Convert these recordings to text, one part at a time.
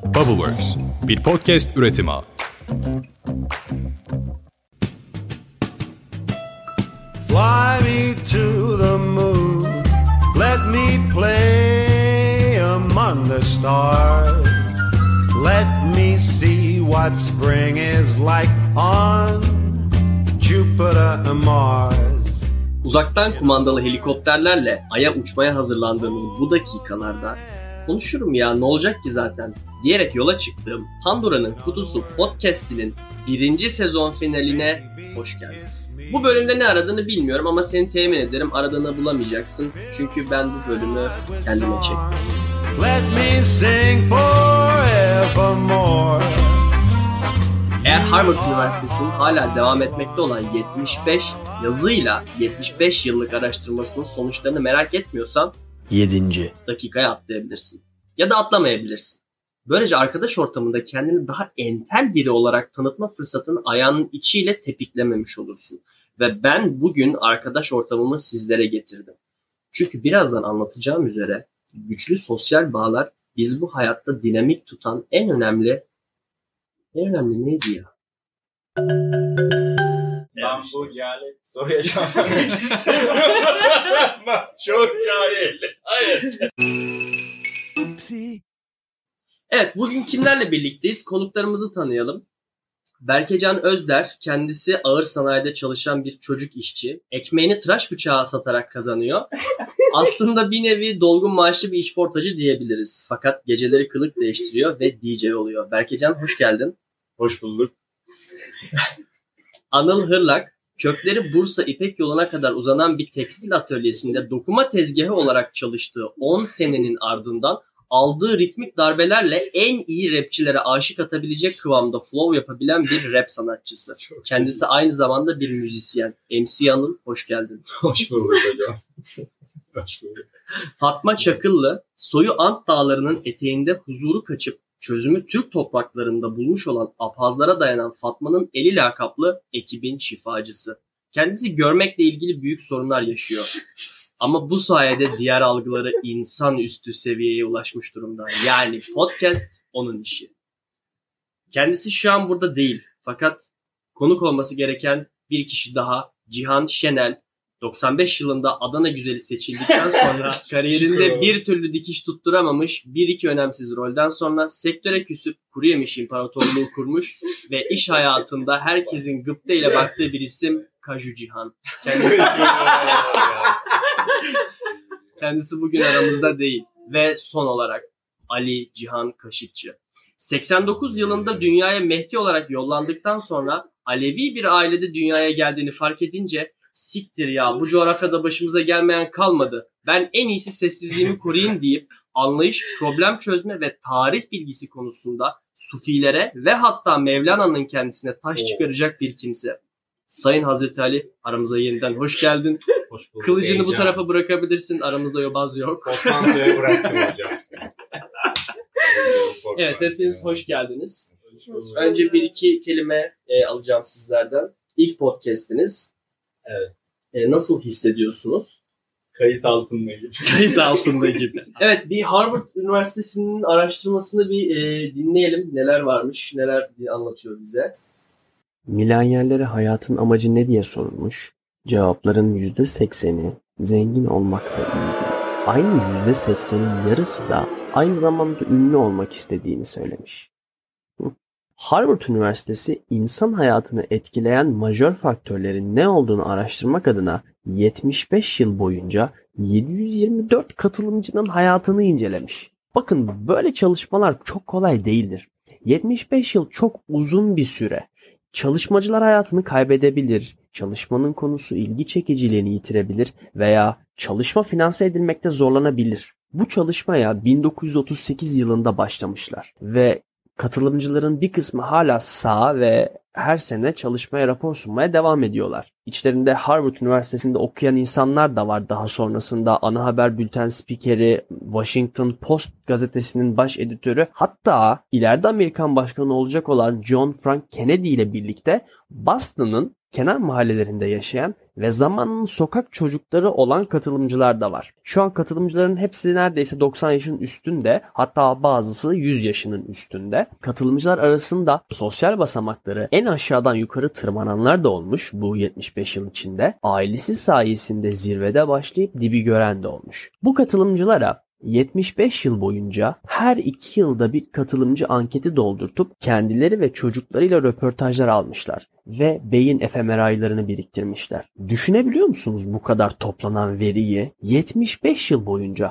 Bubbleworks, bir podcast üretimi. Fly me to the moon, let me play among the stars. Let me see what spring is like on Jupiter and Mars. Uzaktan kumandalı helikopterlerle Ay'a uçmaya hazırlandığımız bu dakikalarda konuşurum ya ne olacak ki zaten diyerek yola çıktığım Pandora'nın Kutusu podcast'inin 1. sezon finaline hoş geldin. Bu bölümde ne aradığını bilmiyorum ama seni temin ederim aradığını bulamayacaksın. Çünkü ben bu bölümü kendime çektim. Let me sing forevermore. Eğer Harvard Üniversitesi'nin hala devam etmekte olan 75 yıllık araştırmasının sonuçlarını merak etmiyorsan 7. dakikaya atlayabilirsin. Ya da atlamayabilirsin. Böylece arkadaş ortamında kendini daha entel biri olarak tanıtma fırsatını ayağının içiyle tepiklememiş olursun. Ve ben bugün arkadaş ortamımı sizlere getirdim. Çünkü birazdan anlatacağım üzere güçlü sosyal bağlar biz bu hayatta dinamik tutan en önemli neydi ya? Ben bu cehalet soruya cevap vermek istiyorum. Çok cahil. Hayır. Evet, bugün kimlerle birlikteyiz? Konuklarımızı tanıyalım. Berkecan Özder, kendisi ağır sanayide çalışan bir çocuk işçi. Ekmeğini tıraş bıçağı satarak kazanıyor. Aslında bir nevi dolgun maaşlı bir işportacı diyebiliriz. Fakat geceleri kılık değiştiriyor ve DJ oluyor. Berkecan hoş geldin. Hoş bulduk. Anıl Hırlak, kökleri Bursa İpek yoluna kadar uzanan bir tekstil atölyesinde dokuma tezgahı olarak çalıştığı 10 senenin ardından aldığı ritmik darbelerle en iyi rapçilere aşık atabilecek kıvamda flow yapabilen bir rap sanatçısı. Kendisi aynı zamanda bir müzisyen. MC Anıl, hoş geldin. Hoş bulduk hocam. Hoş bulduk. Fatma Çakıllı, soyu Ant Dağları'nın eteğinde huzuru kaçıp çözümü Türk topraklarında bulmuş olan apazlara dayanan Fatma'nın eli lakaplı ekibin şifacısı. Kendisi görmekle ilgili büyük sorunlar yaşıyor. Ama bu sayede diğer algıları insanüstü seviyeye ulaşmış durumda. Yani podcast onun işi. Kendisi şu an burada değil. Fakat konuk olması gereken bir kişi daha, Cihan Şenel. 95 yılında Adana Güzeli seçildikten sonra kariyerinde bir türlü dikiş tutturamamış, bir iki önemsiz rolden sonra sektöre küsüp kuru yemiş imparatorluğu kurmuş ve iş hayatında herkesin gıpta ile baktığı bir isim Kaju Cihan. Kendisi bugün aramızda değil. Ve son olarak Ali Cihan Kaşıkçı. 89 yılında dünyaya Mehdi olarak yollandıktan sonra Alevi bir ailede dünyaya geldiğini fark edince siktir ya bu coğrafyada başımıza gelmeyen kalmadı. Ben en iyisi sessizliğimi koruyayım deyip anlayış, problem çözme ve tarih bilgisi konusunda Sufilere ve hatta Mevlana'nın kendisine taş çıkaracak bir kimse. Sayın Hazreti Ali aramıza yeniden hoş geldin. Hoş bulduk. Kılıcını Heyecan. bu tarafa bırakabilirsin. Aramızda yobaz yok. Toplantıya bıraktım hocam. Evet hepiniz hoş geldiniz. Önce bir iki kelime alacağım sizlerden. İlk podcast'iniz. Evet. Nasıl hissediyorsunuz? Kayıt altında gibi. Kayıt altında gibi. Evet bir Harvard Üniversitesi'nin araştırmasını bir dinleyelim. Neler varmış, neler anlatıyor bize. Milenyerlere hayatın amacı ne diye sorulmuş. Cevapların %80'i zengin olmakla ilgili. Aynı %80'in yarısı da aynı zamanda ünlü olmak istediğini söylemiş. Harvard Üniversitesi insan hayatını etkileyen majör faktörlerin ne olduğunu araştırmak adına 75 yıl boyunca 724 katılımcının hayatını incelemiş. Bakın böyle çalışmalar çok kolay değildir. 75 yıl çok uzun bir süre. Çalışmacılar hayatını kaybedebilir, çalışmanın konusu ilgi çekiciliğini yitirebilir veya çalışma finanse edilmekte zorlanabilir. Bu çalışmaya 1938 yılında başlamışlar ve katılımcıların bir kısmı hala sağ ve her sene çalışmaya rapor sunmaya devam ediyorlar. İçlerinde Harvard Üniversitesi'nde okuyan insanlar da var daha sonrasında. Ana haber bülten spikeri, Washington Post gazetesinin baş editörü, hatta ileride Amerikan başkanı olacak olan John Frank Kennedy ile birlikte Boston'ın kenar mahallelerinde yaşayan ve zamanın sokak çocukları olan katılımcılar da var. Şu an katılımcıların hepsi neredeyse 90 yaşın üstünde, hatta bazısı 100 yaşının üstünde. Katılımcılar arasında sosyal basamakları en aşağıdan yukarı tırmananlar da olmuş bu 75 yıl içinde. Ailesi sayesinde zirvede başlayıp dibi gören de olmuş. Bu katılımcılara 75 yıl boyunca her 2 yılda bir katılımcı anketi doldurtup kendileri ve çocuklarıyla röportajlar almışlar ve beyin fMRI'larını biriktirmişler. Düşünebiliyor musunuz bu kadar toplanan veriyi? 75 yıl boyunca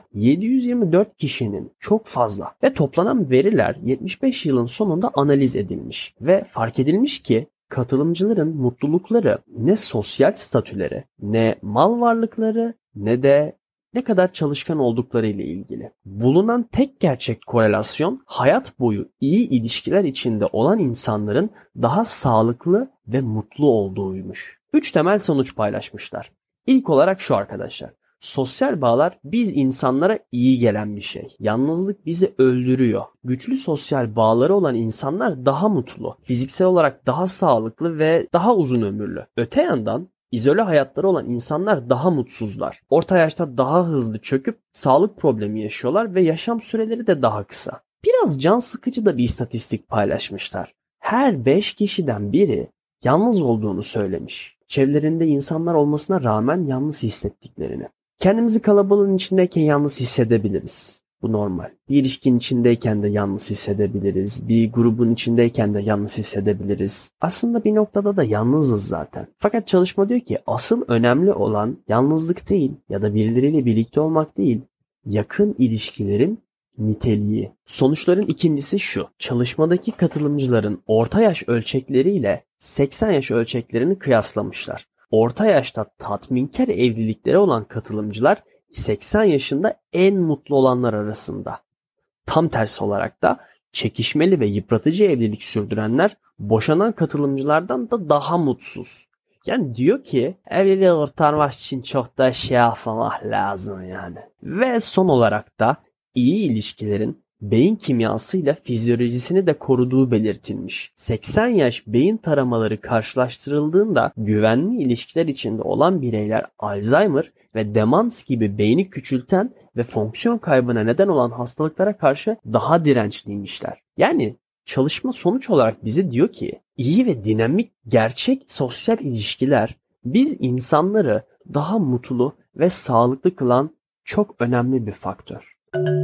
724 kişinin, çok fazla, ve toplanan veriler 75 yılın sonunda analiz edilmiş ve fark edilmiş ki katılımcıların mutlulukları ne sosyal statüleri, ne mal varlıkları, ne de ne kadar çalışkan oldukları ile ilgili. Bulunan tek gerçek korelasyon, hayat boyu iyi ilişkiler içinde olan insanların daha sağlıklı ve mutlu olduğuymuş. 3 temel sonuç paylaşmışlar. İlk olarak şu arkadaşlar. Sosyal bağlar biz insanlara iyi gelen bir şey. Yalnızlık bizi öldürüyor. Güçlü sosyal bağları olan insanlar daha mutlu, fiziksel olarak daha sağlıklı ve daha uzun ömürlü. Öte yandan İzole hayatları olan insanlar daha mutsuzlar. Orta yaşta daha hızlı çöküp sağlık problemi yaşıyorlar ve yaşam süreleri de daha kısa. Biraz can sıkıcı da bir istatistik paylaşmışlar. Her 5 kişiden biri yalnız olduğunu söylemiş. Çevrelerinde insanlar olmasına rağmen yalnız hissettiklerini. Kendimizi kalabalığın içindeyken yalnız hissedebiliriz. Bu normal. Bir ilişkinin içindeyken de yalnız hissedebiliriz. Bir grubun içindeyken de yalnız hissedebiliriz. Aslında bir noktada da yalnızız zaten. Fakat çalışma diyor ki asıl önemli olan yalnızlık değil ya da birileriyle birlikte olmak değil, yakın ilişkilerin niteliği. Sonuçların ikincisi şu. Çalışmadaki katılımcıların orta yaş ölçekleriyle 80 yaş ölçeklerini kıyaslamışlar. Orta yaşta tatminkar evlilikleri olan katılımcılar 80 yaşında en mutlu olanlar arasında. Tam tersi olarak da çekişmeli ve yıpratıcı evlilik sürdürenler boşanan katılımcılardan da daha mutsuz. Yani diyor ki evliliği kurtarmak için çok da şey yapmamak lazım yani. Ve son olarak da iyi ilişkilerin beyin kimyasıyla fizyolojisini de koruduğu belirtilmiş. 80 yaş beyin taramaları karşılaştırıldığında güvenli ilişkiler içinde olan bireyler Alzheimer ve demans gibi beyni küçülten ve fonksiyon kaybına neden olan hastalıklara karşı daha dirençliymişler. Yani çalışma sonuç olarak bize diyor ki iyi ve dinamik gerçek sosyal ilişkiler biz insanları daha mutlu ve sağlıklı kılan çok önemli bir faktör.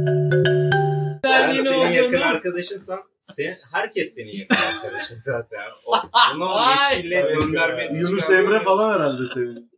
Ben senin yakın arkadaşınsan herkes senin yakın arkadaşın zaten. Bunu yeşille göndermenin. Yunus Emre falan herhalde senin.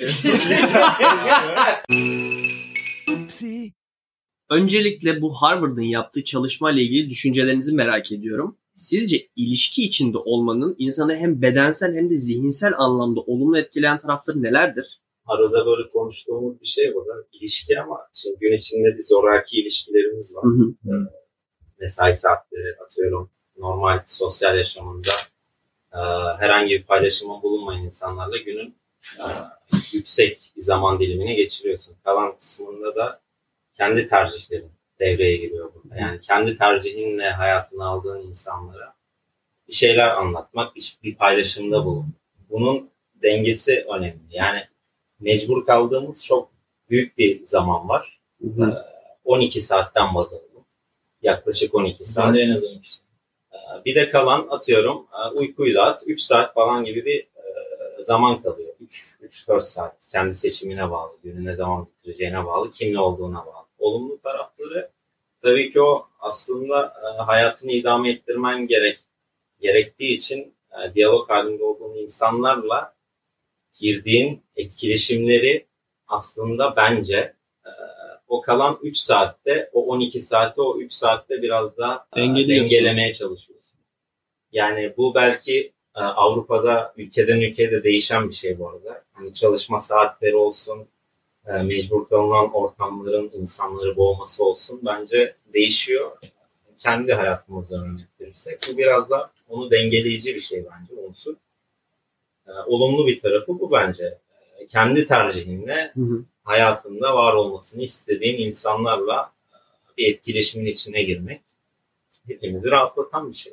Öncelikle bu Harvard'ın yaptığı çalışmayla ilgili düşüncelerinizi merak ediyorum. Sizce ilişki içinde olmanın insanı hem bedensel hem de zihinsel anlamda olumlu etkileyen tarafları nelerdir? Arada böyle konuştuğumuz bir şey var. İlişki ama şimdi gün içinde bir zoraki ilişkilerimiz var. Mesai saatleri, atıyorum normal sosyal yaşamında herhangi bir paylaşıma bulunmayan insanlarla günün yüksek bir zaman dilimini geçiriyorsun. Kalan kısmında da kendi tercihlerin devreye giriyor burada. Yani kendi tercihinle hayatını aldığın insanlara bir şeyler anlatmak, bir paylaşımda bulun. Bunun dengesi önemli. Yani mecbur kaldığımız çok büyük bir zaman var. 12 saatten baz alalım. Yaklaşık 12 saat. En az 12 saat. Bir de kalan atıyorum uykuyu da at. 3 saat falan gibi bir zaman kalıyor. 3-4 saat. Kendi seçimine bağlı. Günü ne zaman bitireceğine bağlı. Kimle olduğuna bağlı. Olumlu tarafları tabii ki o aslında hayatını idame ettirmen gerektiği için diyalog halinde olduğun insanlarla girdiğin etkileşimleri aslında bence o kalan 3 saatte, o 12 saatte, o 3 saatte biraz daha dengelemeye çalışıyorsun. Yani bu belki Avrupa'da ülkeden ülkeye de değişen bir şey bu arada. Hani çalışma saatleri olsun, mecbur kalınan ortamların insanları boğması olsun bence değişiyor. Kendi hayatımızdan örnek verirsek bu biraz da onu dengeleyici bir şey bence unsur. Olumlu bir tarafı bu bence. Kendi tercihinle hayatında var olmasını istediğin insanlarla bir etkileşimin içine girmek hepimizi rahatlatan bir şey.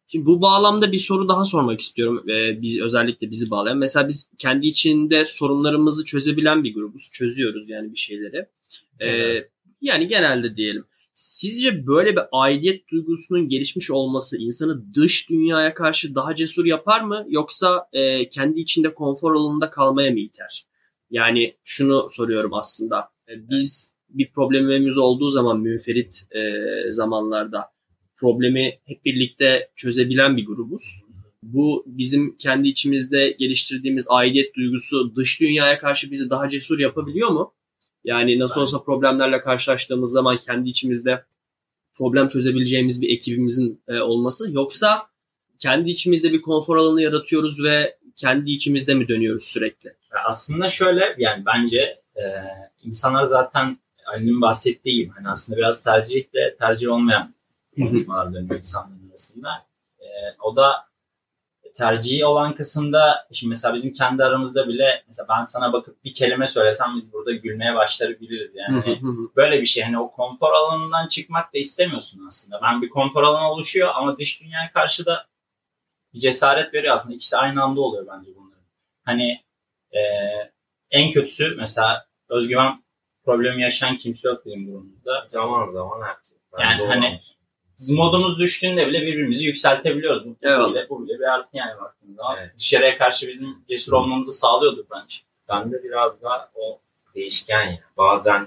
Şimdi bu bağlamda bir soru daha sormak istiyorum. Biz özellikle bizi bağlayan. Mesela biz kendi içinde sorunlarımızı çözebilen bir grubuz. Çözüyoruz yani bir şeyleri. Yani genelde diyelim. Sizce böyle bir aidiyet duygusunun gelişmiş olması insanı dış dünyaya karşı daha cesur yapar mı? Yoksa kendi içinde konfor alanında kalmaya mı iter? Yani şunu soruyorum aslında. Biz bir problemimiz olduğu zaman münferit zamanlarda problemi hep birlikte çözebilen bir grubuz. Bu bizim kendi içimizde geliştirdiğimiz aidiyet duygusu dış dünyaya karşı bizi daha cesur yapabiliyor mu? Yani nasıl olsa problemlerle karşılaştığımız zaman kendi içimizde problem çözebileceğimiz bir ekibimizin olması, yoksa kendi içimizde bir konfor alanı yaratıyoruz ve kendi içimizde mi dönüyoruz sürekli? Aslında şöyle, yani bence insanlar zaten Ali'nin bahsettiği gibi hani aslında biraz tercihle tercih olmayan konuşmalar dönüyor insanların arasında. O da tercihi olan kısımda, şimdi mesela bizim kendi aramızda bile mesela ben sana bakıp bir kelime söylesem biz burada gülmeye başlayabiliriz yani. Böyle bir şey, hani o konfor alanından çıkmak da istemiyorsun aslında. Ben bir konfor alanı oluşuyor ama dış dünyaya karşı da bir cesaret veriyor aslında. İkisi aynı anda oluyor bence bunların. Hani en kötüsü mesela özgüven problemi yaşayan kimse yok bizim grubumuzda. Zaman zaman herkes. Yani hani modumuz düştüğünde bile birbirimizi yükseltebiliyoruz. Bu bile bir artı yani baktığında. Evet. Dışarıya karşı bizim cesur olmamızı sağlıyordur bence. Ben de biraz da o değişken ya. Bazen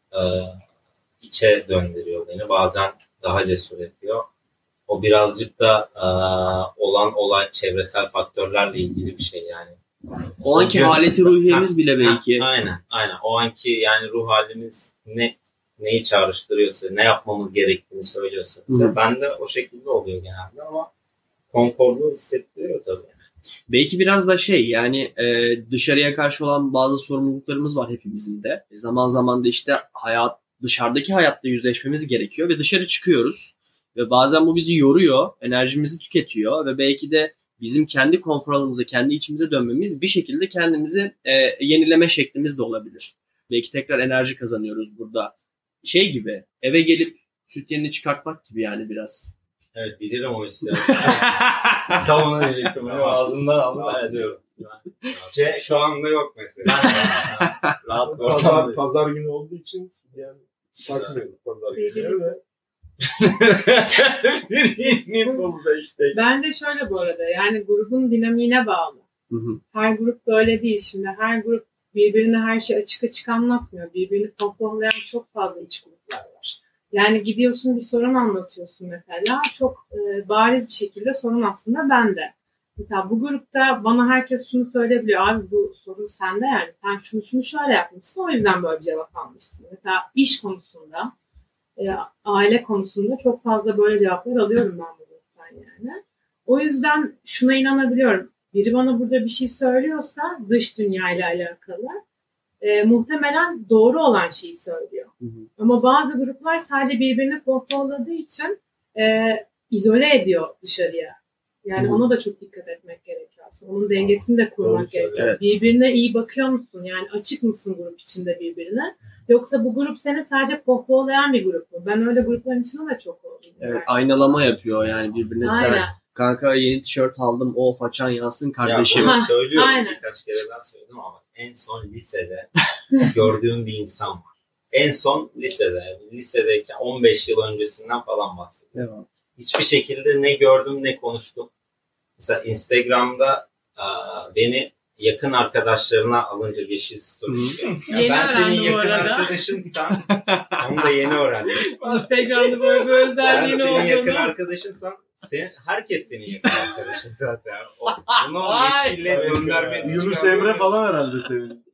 içe döndürüyor beni. Bazen daha cesur ediyor. O birazcık da olan olay çevresel faktörlerle ilgili bir şey yani. O anki haleti ruhiyemiz bile belki. Aynen. O anki yani ruh halimiz neyi çağrıştırıyorsa, ne yapmamız gerektiğini söylüyorsa. Ben de o şekilde oluyor genelde ama konforlu hissettiriyor tabii. Belki biraz da yani dışarıya karşı olan bazı sorumluluklarımız var hepimizin de. Zaman zaman da işte dışarıdaki hayatla yüzleşmemiz gerekiyor ve dışarı çıkıyoruz. Ve bazen bu bizi yoruyor, enerjimizi tüketiyor ve belki de bizim kendi konfor alanımıza, kendi içimize dönmemiz bir şekilde kendimizi yenileme şeklimiz de olabilir. Belki tekrar enerji kazanıyoruz burada. Gibi eve gelip süt yenini çıkartmak gibi yani biraz. Evet, bilirim o hissiyatı. Tam onu diyecektim. Ağzımdan aldım. Diyorum. Şu anda yok mesela. Pazar günü olduğu için yani takmıyorduk pazar günü ve ben de şöyle bu arada, yani grubun dinamiğine bağlı. Her grup böyle değil. Şimdi her grup birbirine her şey açık anlatmıyor. Birbirini pohpohlayan çok fazla iç gruplar var. Yani gidiyorsun bir sorun anlatıyorsun mesela. Çok bariz bir şekilde sorun aslında bende. Mesela bu grupta bana herkes şunu söyleyebiliyor. Abi bu sorun sende yani. Sen şunu şöyle yapmışsın. O yüzden böyle bir cevap almışsın. Mesela iş konusunda, aile konusunda çok fazla böyle cevaplar alıyorum ben bu gruptan yani. O yüzden şuna inanabiliyorum. Biri bana burada bir şey söylüyorsa dış dünyayla alakalı muhtemelen doğru olan şeyi söylüyor. Ama bazı gruplar sadece birbirini pohpohladığı için izole ediyor dışarıya. Yani ona da çok dikkat etmek gerekiyor aslında. Onun dengesini de kurmak gerekiyor. Evet. Birbirine iyi bakıyor musun? Yani açık mısın grup içinde birbirine? Yoksa bu grup seni sadece pohpohlayan bir grup mu? Ben öyle grupların içinde de çok oldum. Evet, aynalama yapıyor yani birbirine. Sen kanka yeni tişört aldım, o façan yansın kardeşim. Ya bunu söylüyorum, birkaç kere daha söyledim ama en son lisede gördüğüm bir insan var. En son lisedeyken 15 yıl öncesinden falan bahsediyorum. Evet. Hiçbir şekilde ne gördüm ne konuştum. Mesela Instagram'da beni yakın arkadaşlarına alınca yeşil story. Ben senin yakın arkadaşımsam onu da yeni öğrendim. Instagram'da böyle bir özelliğin olduğunu. Ben senin yakın arkadaşımsam herkes senin yakın arkadaşın zaten. Onu yeşille göndermek. Yunus Emre falan herhalde senin.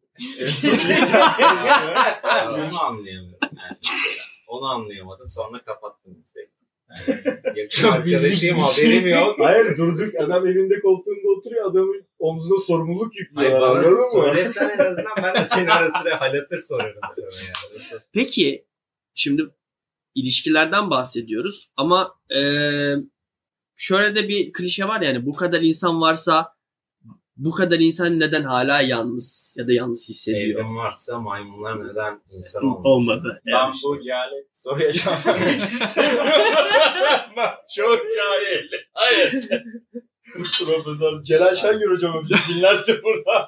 Onu anlayamıyorum. Onu anlayamadım. Sonra kapattım Instagram'ı. Yakın arkadaşıyım, haberim yok. Hayır, durduk adam evinde koltuğunda oturuyor, adamın omzuna sorumluluk yüklüyor. Hayır, bana söylesen en azından ben de seni ara sıra halatır sorarım sana yani. Peki şimdi ilişkilerden bahsediyoruz ama şöyle de bir klişe var yani, bu kadar insan varsa bu kadar insan neden hala yalnız ya da yalnız hissediyor? Evrim varsa maymunlar neden insan olmadı? Ben bu cehalet soruya cevap vermek istiyorum. Çok cahil. Hayır. Profesör Celal Şengör hocam bizi dinlerse burada.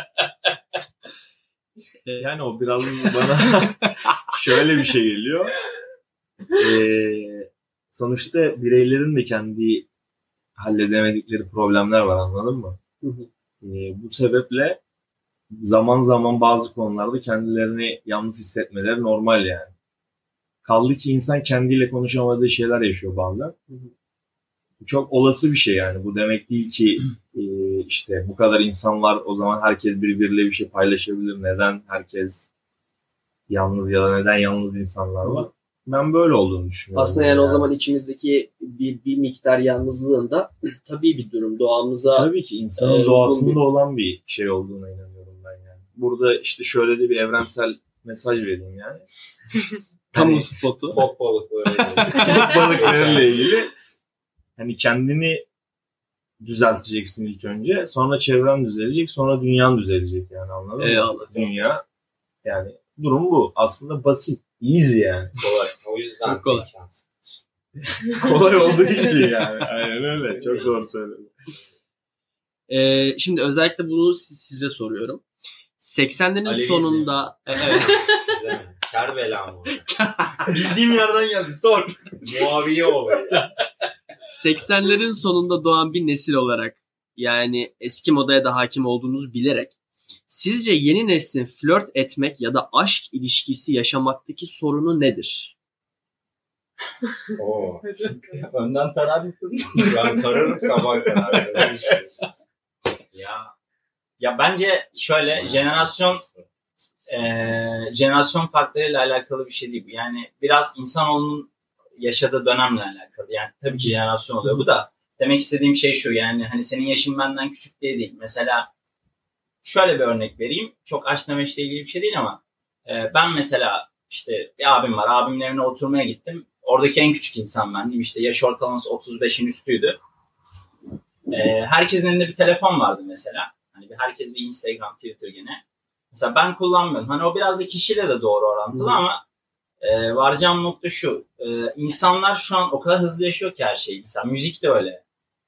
Yani o biraz bana şöyle bir şey geliyor. Sonuçta bireylerin de kendi halledemedikleri problemler var, anladın mı? Bu sebeple zaman zaman bazı konularda kendilerini yalnız hissetmeleri normal yani. Kaldı ki insan kendiyle konuşamadığı şeyler yaşıyor bazen. Çok olası bir şey yani. Bu demek değil ki işte bu kadar insan var, o zaman herkes birbiriyle bir şey paylaşabilir. Neden herkes yalnız ya da neden yalnız insanlar var? Ben böyle olduğunu düşünüyorum. Aslında yani o zaman içimizdeki bir miktar yalnızlığın da tabii bir durum. Doğamıza... Tabii ki insanın doğasında olan bir şey olduğuna inanıyorum ben yani. Burada işte şöyle de bir evrensel mesaj vereyim yani. Kamu spotu. Bok balıklarıyla ilgili. Hani kendini düzelteceksin ilk önce. Sonra çevren düzelecek. Sonra dünyan düzelecek yani, anladın mı? Dünya. Yani durum bu. Aslında basit. Easy yani. Kolay. O yüzden çok kolay. Kolay olduğu için yani. Aynen öyle. Çok doğru söyledin. Şimdi özellikle bunu size soruyorum. 80'lerin sonunda... Evet. Kerbela mı? Bildiğim yerden geldi. Sor. Muaviye oluyor. 80'lerin sonunda doğan bir nesil olarak, yani eski modaya da hakim olduğunuzu bilerek, sizce yeni neslin flört etmek ya da aşk ilişkisi yaşamaktaki sorunu nedir? Önden tararmışsın. Ben tararım sabah kadar. Ya bence şöyle jenerasyon farklarıyla alakalı bir şey değil bu. Yani biraz insanoğlunun yaşadığı dönemle alakalı. Yani tabii ki jenerasyon oluyor bu da. Demek istediğim şey şu, yani hani senin yaşın benden küçük diye değil. Mesela şöyle bir örnek vereyim. Çok aşkla meşle ilgili bir şey değil ama ben mesela işte bir abim var. Abimin evine oturmaya gittim. Oradaki en küçük insan bendim. İşte yaş ortalaması 35'in üstüydü. Herkesin elinde bir telefon vardı mesela. Hani herkes bir Instagram, Twitter gene. Mesela ben kullanmıyorum. Hani o biraz da kişiyle de doğru orantılı ama varacağım nokta şu. İnsanlar şu an o kadar hızlı yaşıyor ki her şeyi. Mesela müzik de öyle.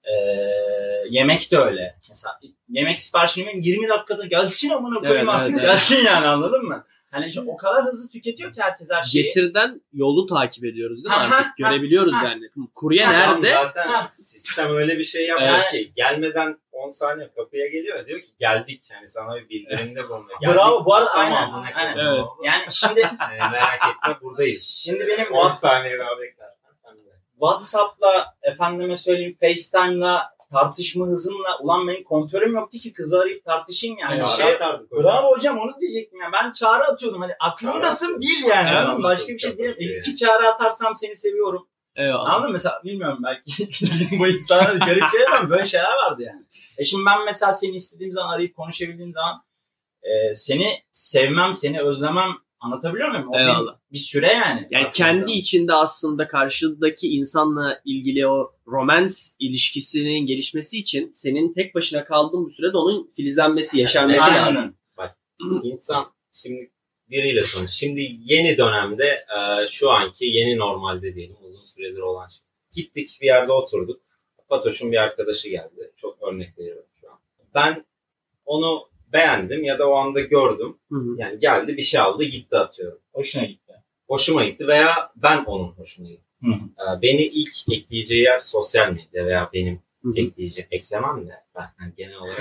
Yemek de öyle. Mesela yemek siparişini 20 dakikada gelsin amına koyayım artık gelsin yani, anladın mı? Hani işte o kadar hızlı tüketiyor ki herkes her şeyi. Getirden yolu takip ediyoruz değil mi artık? Görebiliyoruz yani. Kurye nerede? Zaten sistem öyle bir şey yapmış ki gelmeden 10 saniye kapıya geliyor. Diyor ki geldik. Yani sana bir bildirimde bulunuyor. Bravo. Bu arada tamam, aynen. Evet. Yani şimdi merak etme buradayız. Şimdi benim 10 saniye daha beklersen sen de. WhatsApp'la efendime söyleyeyim FaceTime'la tartışma hızımla ulan benim kontörüm yoktu ki kızı arayıp tartışayım yani. Bravo hocam, onu diyecektim yani. Ben çağrı atıyordum hani aklımdasın değil yani. Evet, başka bir şey değil. İki çağrı atarsam seni seviyorum. Eyvallah. Anladın mı? Mesela bilmiyorum belki bu insanlara garip gelir ama böyle şeyler vardı yani. Şimdi ben mesela seni istediğim zaman arayıp konuşabildiğim zaman seni sevmem, seni özlemem, anlatabiliyor muyum? O bir süre yani. Yani kendi içinde aslında karşıdaki insanla ilgili o romans ilişkisinin gelişmesi için senin tek başına kaldığın bu sürede onun filizlenmesi, yeşermesi lazım. Bak, insan şimdi biriyle tanış. Şimdi yeni dönemde şu anki yeni normalde diyelim, uzun süredir olan şey. Gittik bir yerde oturduk. Fatoş'un bir arkadaşı geldi. Çok örnek veriyorum şu an. Ben onu beğendim ya da o anda gördüm. Yani geldi bir şey aldı gitti atıyorum. Hoşuma gitti veya ben onun hoşuna gittim. Beni ilk ekleyeceği yer sosyal medya veya benim eklemem de ben yani genel olarak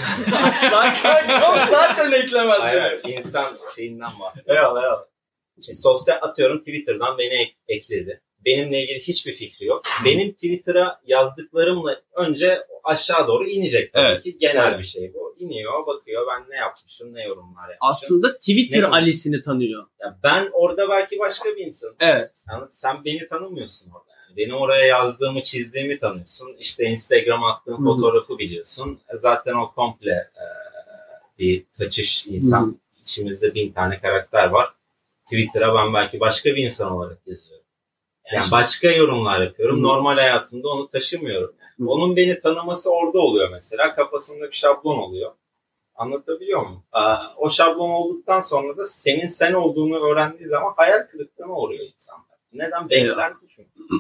zaten eklemez. Hayır, insan şeyinden bahsediyorum. Eyvallah. Sosyal atıyorum Twitter'dan beni ekledi. Benimle ilgili hiçbir fikri yok. Benim Twitter'a yazdıklarımla önce aşağı doğru inecek tabii ki. Genel bir şey bu. İniyor, bakıyor ben ne yapmışım, ne yorumlar yapmışım. Aslında Twitter Ali'sini tanıyor. Ya ben orada belki başka bir insanım. Evet. Yani sen beni tanımıyorsun orada. Yani benim oraya yazdığımı, çizdiğimi tanıyorsun. İşte Instagram'a attığım fotoğrafı biliyorsun. Zaten o komple bir kaçış insan. İçimizde 1000 tane karakter var. Twitter'a ben belki başka bir insan olarak yazıyorum. Yani başka yorumlar yapıyorum. Normal hayatımda onu taşımıyorum. Yani. Onun beni tanıması orada oluyor mesela. Kafasında bir şablon oluyor. Anlatabiliyor muyum? O şablon olduktan sonra da senin sen olduğunu öğrendiği zaman hayal kırıklığına uğruyor insanlar. Neden? Beklenti çünkü.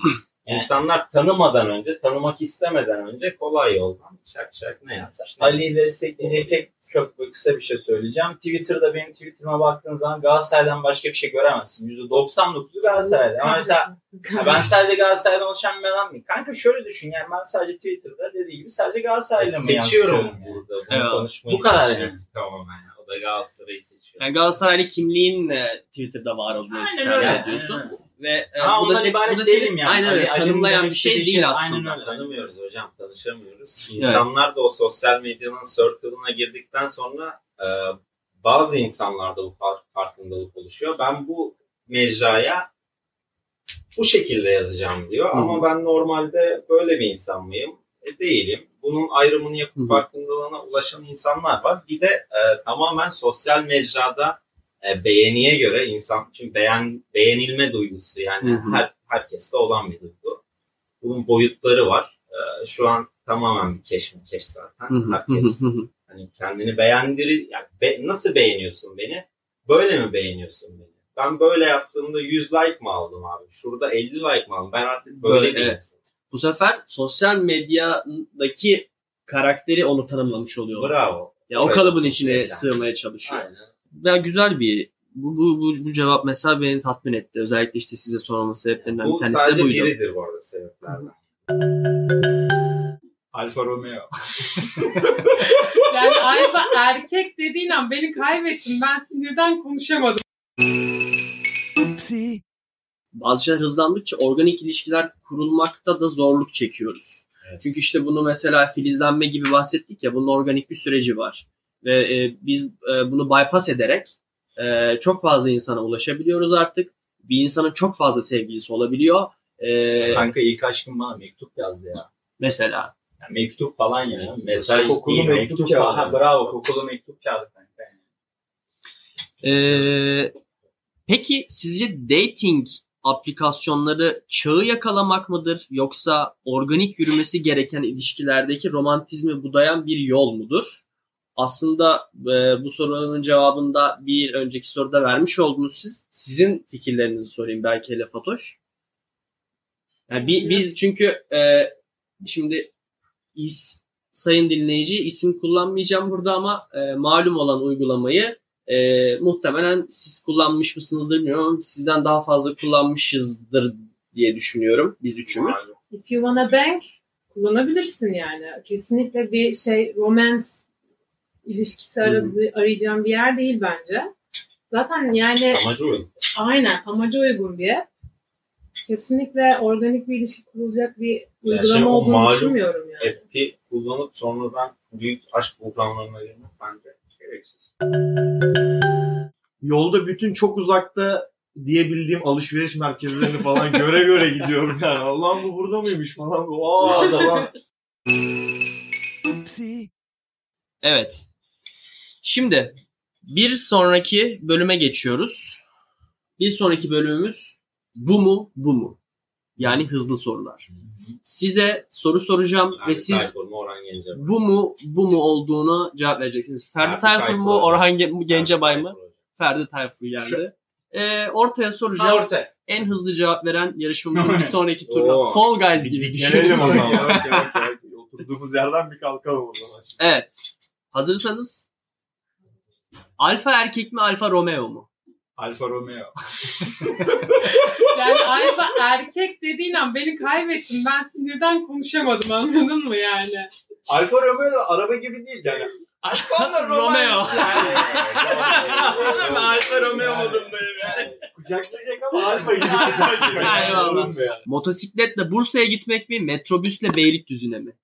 İnsanlar tanımadan önce, tanımak istemeden önce kolay yoldan şak ne yazar. Ali'yi destekleyecek çok kısa bir şey söyleyeceğim. Twitter'da benim Twitter'ıma baktığın zaman Galatasaray'dan başka bir şey göremezsin. %99'u Galatasaray'da. Ama mesela ben sadece Galatasaray'dan oluşan bir adam değilim. Kanka şöyle düşün yani ben sadece Twitter'da dediği gibi sadece Galatasaray'la mı seçiyorum yani. burada. Bunu Evet. konuşmayı Bu kadar seçiyorum. yani. Tamamen. O da Galatasaray'ı seçiyor. Yani Galatasaraylı kimliğinle Twitter'da var olduğunu tercih ediyorsun. Ve bu da seni aynen öyle tanımlayan bir şey değil aslında. Tanımıyoruz hocam, tanışamıyoruz. İnsanlar da o sosyal medyanın circle'ına girdikten sonra bazı insanlarda bu farkındalık oluşuyor. Ben bu mecraya bu şekilde yazacağım diyor. Ama ben normalde böyle bir insan mıyım? Değilim. Bunun ayrımını yapıp farkındalığına ulaşan insanlar var. Bir de tamamen sosyal mecrada beğeniye göre insan, çünkü beğenilme duygusu yani herkeste olan bir duygu. Bunun boyutları var. Şu an tamamen bir keşmekeş zaten. Herkes hani kendini beğendirir. Yani nasıl beğeniyorsun beni? Böyle mi beğeniyorsun beni? Ben böyle yaptığımda 100 like mı aldım abi? Şurada 50 like mı aldım? Ben artık böyle bir insanım. Bu sefer sosyal medyadaki karakteri onu tanımlamış oluyor. Bravo. Ya o kalıbın içine sığmaya çalışıyor. Aynen. Ve güzel bir bu cevap mesela beni tatmin etti. Özellikle işte size sormamın sebeplerinden bir tanesi de buydu. Bu sadece biridir bu arada sebeplerden. Alfa Romeo. Yani Alfa erkek dediğin an beni kaybettin. Ben sinirden konuşamadım. Bazı şeyler hızlandıkça organik ilişkiler kurulmakta da zorluk çekiyoruz. Evet. Çünkü işte bunu mesela filizlenme gibi bahsettik ya, bunun organik bir süreci var. Ve biz bunu bypass ederek çok fazla insana ulaşabiliyoruz artık. Bir insanın çok fazla sevgilisi olabiliyor. Kanka ilk aşkım bana mektup yazdı ya. Mesela. Yani mektup falan ya. Mesaj kokulu değil, mektup kağıdı. Ha, bravo, kokulu mektup kağıdı kanka. Peki sizce dating aplikasyonları çağı yakalamak mıdır, yoksa organik yürümesi gereken ilişkilerdeki romantizmi budayan bir yol mudur? Aslında bu sorunun cevabını da bir önceki soruda vermiş oldunuz siz. Sizin fikirlerinizi sorayım belki hele Fatoş. Yani biz çünkü şimdi sayın dinleyici, isim kullanmayacağım burada ama malum olan uygulamayı muhtemelen siz kullanmış mısınızdır bilmiyorum ama sizden daha fazla kullanmışızdır diye düşünüyorum biz üçümüz. If you wanna bank kullanabilirsin yani. Kesinlikle bir romance ilişkisi arayacağım bir yer değil bence. Zaten yani amacı uygun. Aynen, amacı uygun bir yer. Kesinlikle organik bir ilişki kurulacak bir uygulama olduğunu düşünmüyorum yani. App'i kullanıp sonradan büyük aşk buhranlarına girmek bence gereksiz. Yolda bütün çok uzakta diyebildiğim alışveriş merkezlerini falan göre gidiyorum yani. Allah'ım bu burada mıymış falan. Falan. Evet. Şimdi bir sonraki bölüme geçiyoruz. Bir sonraki bölümümüz bu mu? Yani hızlı sorular. Size soru soracağım ve siz bu mu olduğunu cevap vereceksiniz. Ferdi Tayfur mu, Orhan Gencebay mı? Ferdi Tayfur geldi. Ortaya soracağım. En hızlı cevap veren yarışmamızın bir sonraki turuna. Fall Guys gibi düşünelim o zaman. Oturduğumuz yerden bir kalkalım o zaman. Evet. Hazırsanız. Alfa erkek mi, Alfa Romeo mu? Alfa Romeo. Yani Alfa erkek dediğin an beni kaybettin. Ben sinirden konuşamadım, anladın mı yani? Alfa Romeo da araba gibi değil yani. Alfa Romeo. Alfa Romeo modundayım yani. Kucaklayacak ama Alfa gibi. Eyvallah. Motosikletle Bursa'ya gitmek mi, metrobüsle Beylikdüzü'ne mi?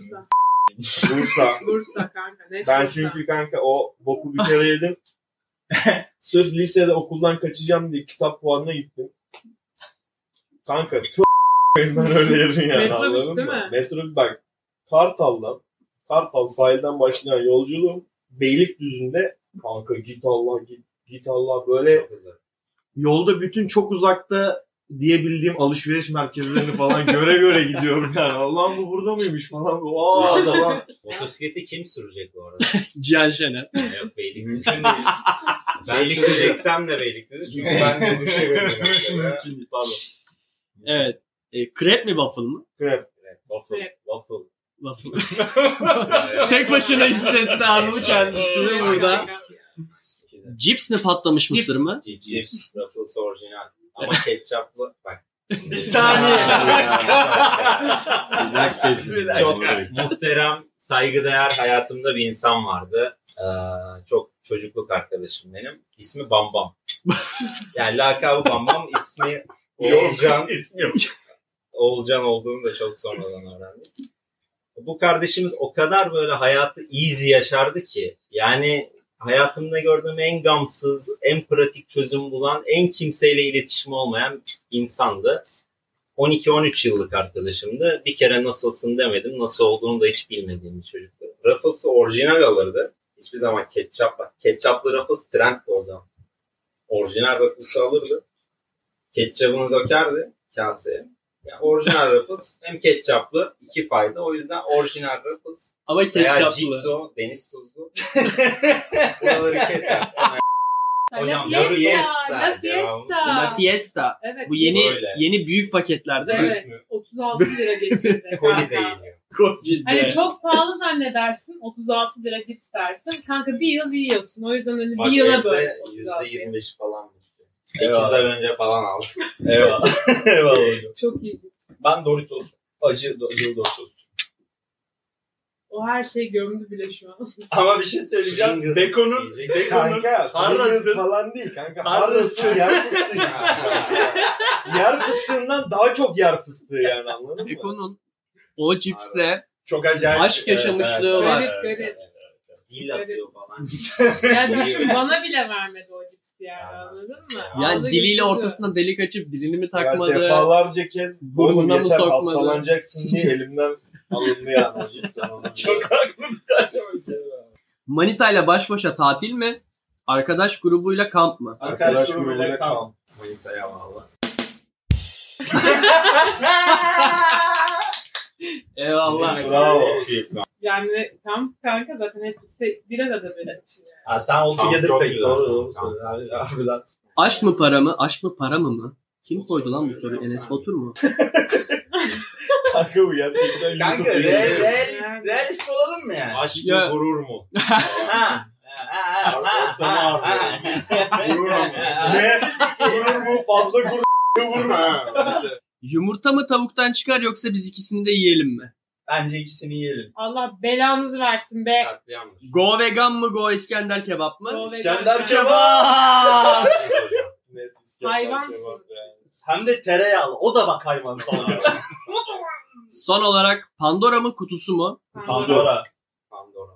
Bursa kanka. Ben çünkü kanka o boku bir kere yedim. Sırf lisede okuldan kaçacağım diye kitap fuarına gittim. Kanka ben öyle yerim yani. Metrobüs değil mi? Metrobüs bak. Kartal sahilden başlayan yolculuğum Beylikdüzü'nde kanka git Allah böyle yolda bütün çok uzakta diyebildiğim alışveriş merkezlerini falan göre gidiyorum yani. Allah'ım bu burada mıymış falan. Falan. Motosikleti kim sürecek bu arada? Cihan Şener. Yok, Beylikdüzü değil. Beylikdüzü eksem de Beylikdüzü. Çünkü ben de düşebilirim. Evet. Krep mi waffle mı? Krep. Waffle. Tek başına hissetti abi kendisini burada. Cips mi patlamış mısır mı? Cips. Ruffles orijinal. Ama ketçaplı. Bak. Bir saniye. Çok muhterem, saygıdeğer hayatımda bir insan vardı. Çok çocukluk arkadaşım benim. İsmi Bambam. Yani lakabı Bambam, ismi Oğulcan. Oğulcan olduğunu da çok sonradan öğrendim. Bu kardeşimiz o kadar böyle hayatı easy yaşardı ki, yani hayatımda gördüğüm en gamsız, en pratik çözüm bulan, en kimseyle iletişimi olmayan insandı. 12-13 yıllık arkadaşımdı. Bir kere nasılsın demedim. Nasıl olduğunu da hiç bilmediğim bir çocuktu. Ruffles'ı orijinal alırdı. Hiçbir zaman ketçaplı Ruffles trendti o zaman. Orijinal Ruffles'ı alırdı. Ketçapını dökerdi kaseye. Yani orijinal Ruffles hem ketçaplı 2 fayda. O yüzden orijinal Ruffles. Ama Veya ketçaplı. Cipso, deniz tuzlu. Buraları kesersin. Hocam La Fiesta. Fiesta. La Fiesta. Evet. Bu yeni Böyle. yeni büyük paketler değil mi? Evet. 36 lira getirdi. Koli de yiyor. Hani çok pahalı zannedersin. 36 lira cips dersin. Kanka bir yıl yiyorsun. O yüzden hani Bak bir yıla evde böyle. %25 falan. 8 Eyvallah. ay önce falan aldım. Eyvallah. Eyvallah. Çok iyi. Ben Doritos. Acı Doritos. O her şeyi gömdü bile şu an. Ama bir şey söyleyeceğim. Pringles Beko'nun yiyecek. Kanka, Harras'ın Harras'ın falan değil kanka. Harras'ın Harras'ın yer fıstığı. Yer fıstığından daha çok yer fıstığı yani, anladın mı? Eko'nun o cipsle çok acayip. aşk yaşamışlığı var. Garip. Dil atıyor falan. Ya düşün bana bile vermedi o cipsi yani, anladın mı? Yani Aldı diliyle götürdü. ortasına delik açıp dilini mi Ya takmadı? defalarca kez Burnuna oğlum mı yeter, sokmadı? hastalanacaksın diye elimden alındı yani. Çok haklı bir tane var. Manitayla baş başa tatil mi? Arkadaş grubuyla kamp mı? Arkadaş grubuyla kamp. Manitaya valla. Eyvallah. Bravo. Yani tam kanka zaten hepsi bir arada böyle için yani. Ha, sen Altogether Çok pek güzel. doğru. Tamam. Abiler. Aşk mı para mı? Aşk mı para mı? Kim koydu lan bu soruyu? Enes Batur mu? Kanka bu gerçekten Kanka YouTube'da realist olalım mı yani? Aşk mı Ya. gurur mu? Ha. Ortamı arıyorum. Gurur mu? Ne? Gurur mu? Fazla gurur mu? Yumurta mı tavuktan çıkar yoksa biz ikisini de yiyelim mi? Bence ikisini yiyelim. Allah belanızı versin be. Katliammış. Go vegan mı? Go İskender kebap mı? Go vegan. İskender Kebap! Net İskender Hayvansın. kebap yani. Hem de tereyağlı. O da bak hayvan sana. Son olarak Pandora mı kutusu mu? Pandora. Pandora.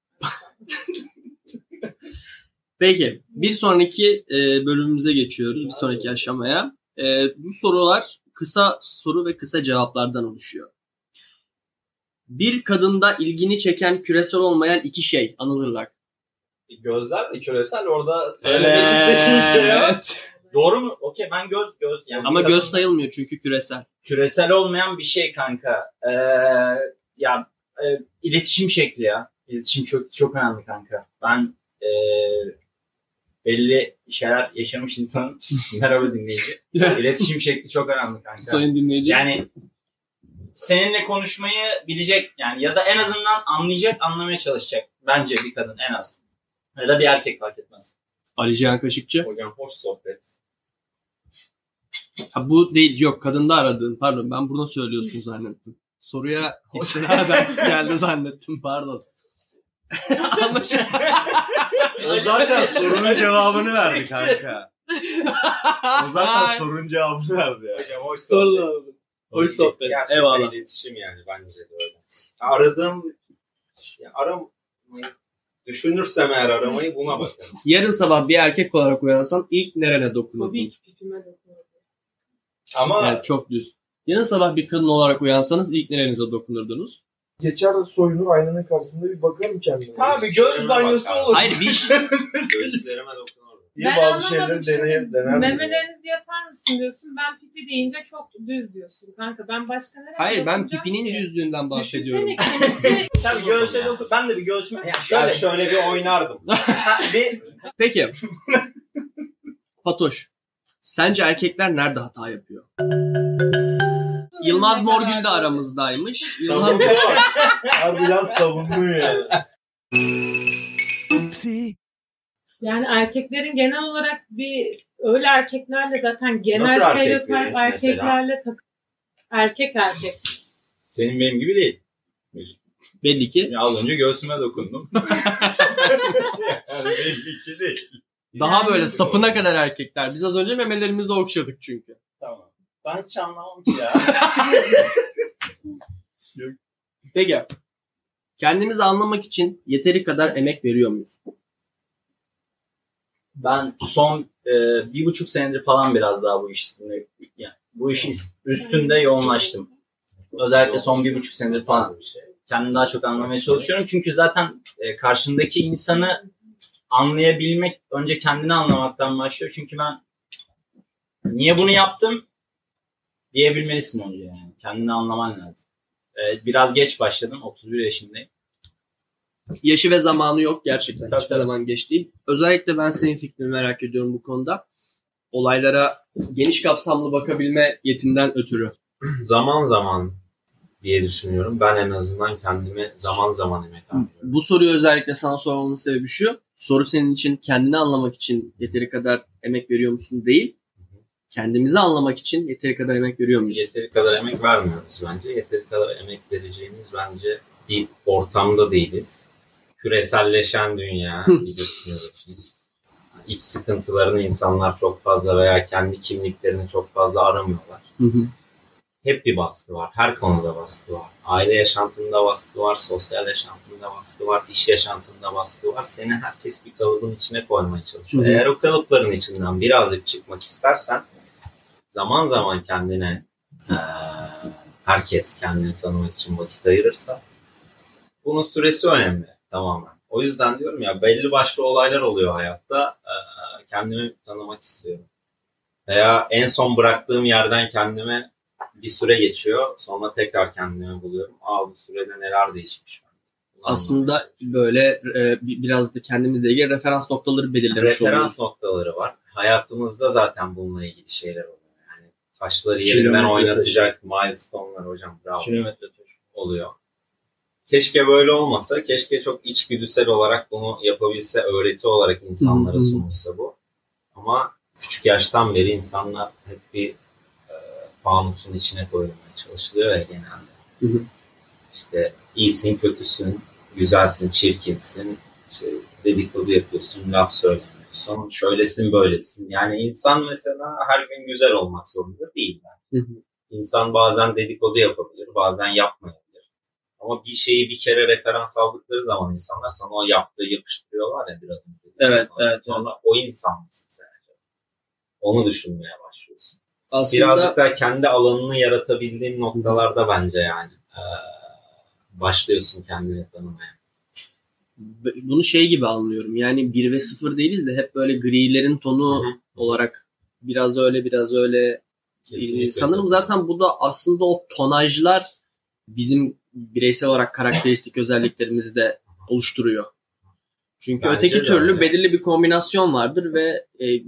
Peki bir sonraki bölümümüze geçiyoruz. Bir sonraki aşamaya. Bu sorular kısa soru ve kısa cevaplardan oluşuyor. Bir kadında ilgini çeken küresel olmayan 2 şey. Anıl Irak. Gözler de küresel, orada söylemek istediğin şey ya. Doğru mu? Okey, ben göz yani. Ama göz sayılmıyor çünkü küresel. Küresel olmayan bir şey kanka. İletişim şekli ya. İletişim çok önemli kanka. Ben belli şeyler yaşamış insanım. Merhaba dinleyici. İletişim şekli çok önemli kanka. Sayın dinleyici. Yani seninle konuşmayı bilecek yani, ya da en azından anlayacak, anlamaya çalışacak. Bence bir kadın en az. Ya da bir erkek, fark etmez. Ali Cihan Kaşıkçı. Hocam hoş sohbet. Ha, bu değil. Yok, kadında aradığın. Pardon, ben burada söylüyorsun zannettim. Soruya istinaden geldi zannettim. Pardon. Anlaşıldı. O zaten sorunun cevabını verdi kanka. O zaten sorunun cevabını verdi ya. Hocam hoş sohbet. Sorun. Hoş sohbet. Gerçekten Eyvallah. iletişim yani, bence de öyle. Aradığım aramayı düşünürsem eğer aramayı buna bakarım. Yarın sabah bir erkek olarak uyansan ilk nerene dokunurdun? Tabii ki pipime dokunurdu. Ama Yani çok düz. Yarın sabah bir kadın olarak uyansanız ilk nerenize dokunurdunuz? Geçer soyunur aynanın karşısında bir bakarım kendime. abi göz banyosu olur. Hayır, bir iş. Göğüslerime dokunurdu. diye Ben bazı anlamadım şeyleri şimdi. dener mi? Memelerinizi yapar mısın diyorsun. Ben pipi deyince çok düz diyorsun kanka. Ben başka nereye Hayır, ben dokunacağım pipinin ki? düzlüğünden bahsediyorum. Düşünsene kendisi. Tabii göğüse dokun. Ben de bir göğsüme. Yani Şöyle, şöyle. şöyle bir oynardım. Bir Peki. Fatoş. Sence erkekler nerede hata yapıyor? Yılmaz ne Morgül kadar de aramızdaymış. Yılmaz Savundu. Harbiden savundu yani. Yani erkeklerin genel olarak bir öyle erkeklerle zaten genel Nasıl erkekleri stereotip mesela? erkeklerle erkek. Senin benim gibi değil. belli ki Ya az önce göğsüme dokundum. Yani belli ki değil. daha böyle sapına kadar erkekler. Biz az önce memelerimizi okşadık çünkü. Tamam. Ben hiç anlamam ki ya. Peki. Kendimizi anlamak için yeteri kadar emek veriyor muyuz? Ben son 1,5 senedir falan biraz daha bu iş üstünde, yani bu iş üstünde yoğunlaştım. Özellikle son 1,5 senedir falan kendimi daha çok anlamaya çalışıyorum. Çünkü zaten karşındaki insanı anlayabilmek önce kendini anlamaktan başlıyor. Çünkü ben niye bunu yaptım diyebilmelisin önce yani. Kendini anlaman lazım. Biraz geç başladım. 31 yaşındayım. Yaşı ve zamanı yok gerçekten. Tabii, Hiçbir tabii. zaman geç değil. Özellikle ben senin fikrini merak ediyorum bu konuda. Olaylara geniş kapsamlı bakabilme yetinden ötürü. Zaman zaman diye düşünüyorum. Ben en azından kendime zaman zaman emek harcıyorum. Bu soruyu özellikle sana sormamın sebebi şu. Soru senin için kendini anlamak için yeteri kadar emek veriyor musun değil. Kendimizi anlamak için yeteri kadar emek veriyor muyuz? Yeteri kadar emek vermiyoruz bence. Yeteri kadar emek vereceğimiz bence bir ortamda değiliz. Küreselleşen dünya bilirsiniz hepimiz. İç sıkıntılarını insanlar çok fazla veya kendi kimliklerini çok fazla aramıyorlar. Hı hı. Hep bir baskı var. Her konuda baskı var. Aile yaşantında baskı var. Sosyal yaşantında baskı var. İş yaşantında baskı var. Seni herkes bir kalıbın içine koymaya çalışıyor. Hı hı. Eğer o kalıpların içinden birazcık çıkmak istersen zaman zaman kendine herkes kendini tanımak için vakit ayırırsa bunun süresi önemli tamamen. O yüzden diyorum ya belli başlı olaylar oluyor hayatta. Kendimi tanımak istiyorum. Veya en son bıraktığım yerden kendime bir süre geçiyor. Sonra tekrar kendimi buluyorum. Bu sürede neler değişmiş. Aslında böyle biraz da kendimizle ilgili referans noktaları belirlemiş oluyoruz. Referans noktaları var. Hayatımızda zaten bununla ilgili şeyler oluyor. Yani taşları yerinden Kilometre oynatacak milestone'lar hocam. Bravo. Kilometre Oluyor. Keşke böyle olmasa. Keşke çok içgüdüsel olarak bunu yapabilse, öğreti olarak insanlara sunulsa bu. Ama küçük yaştan beri insanlar hep bir fanusun içine koyulmaya çalışılıyor ya genelde. İşte iyisin, kötüsün, güzelsin, çirkinsin, işte dedikodu yapıyorsun, laf söylemiyorsun, şöylesin, böylesin. Yani insan mesela her gün güzel olmak zorunda değil. Yani. İnsan bazen dedikodu yapabilir, bazen yapmayabilir. Ama bir şeyi bir kere referans aldıkları zaman insanlar sana o yaptığı yapıştırıyorlar ya biraz önce. Evet, evet. Sonra o insan mısın sen? Onu düşünmeye başlıyorsun. Aslında Birazcık daha kendi alanını yaratabildiğin noktalarda bence yani başlıyorsun kendini tanımaya. bunu şey gibi anlıyorum. Yani 1 ve 0 değiliz de hep böyle grilerin tonu olarak biraz öyle biraz öyle. Sanırım zaten bu da aslında o tonajlar bizim bireysel olarak karakteristik özelliklerimizi de oluşturuyor. Çünkü Bence öteki de türlü öyle. belirli bir kombinasyon vardır ve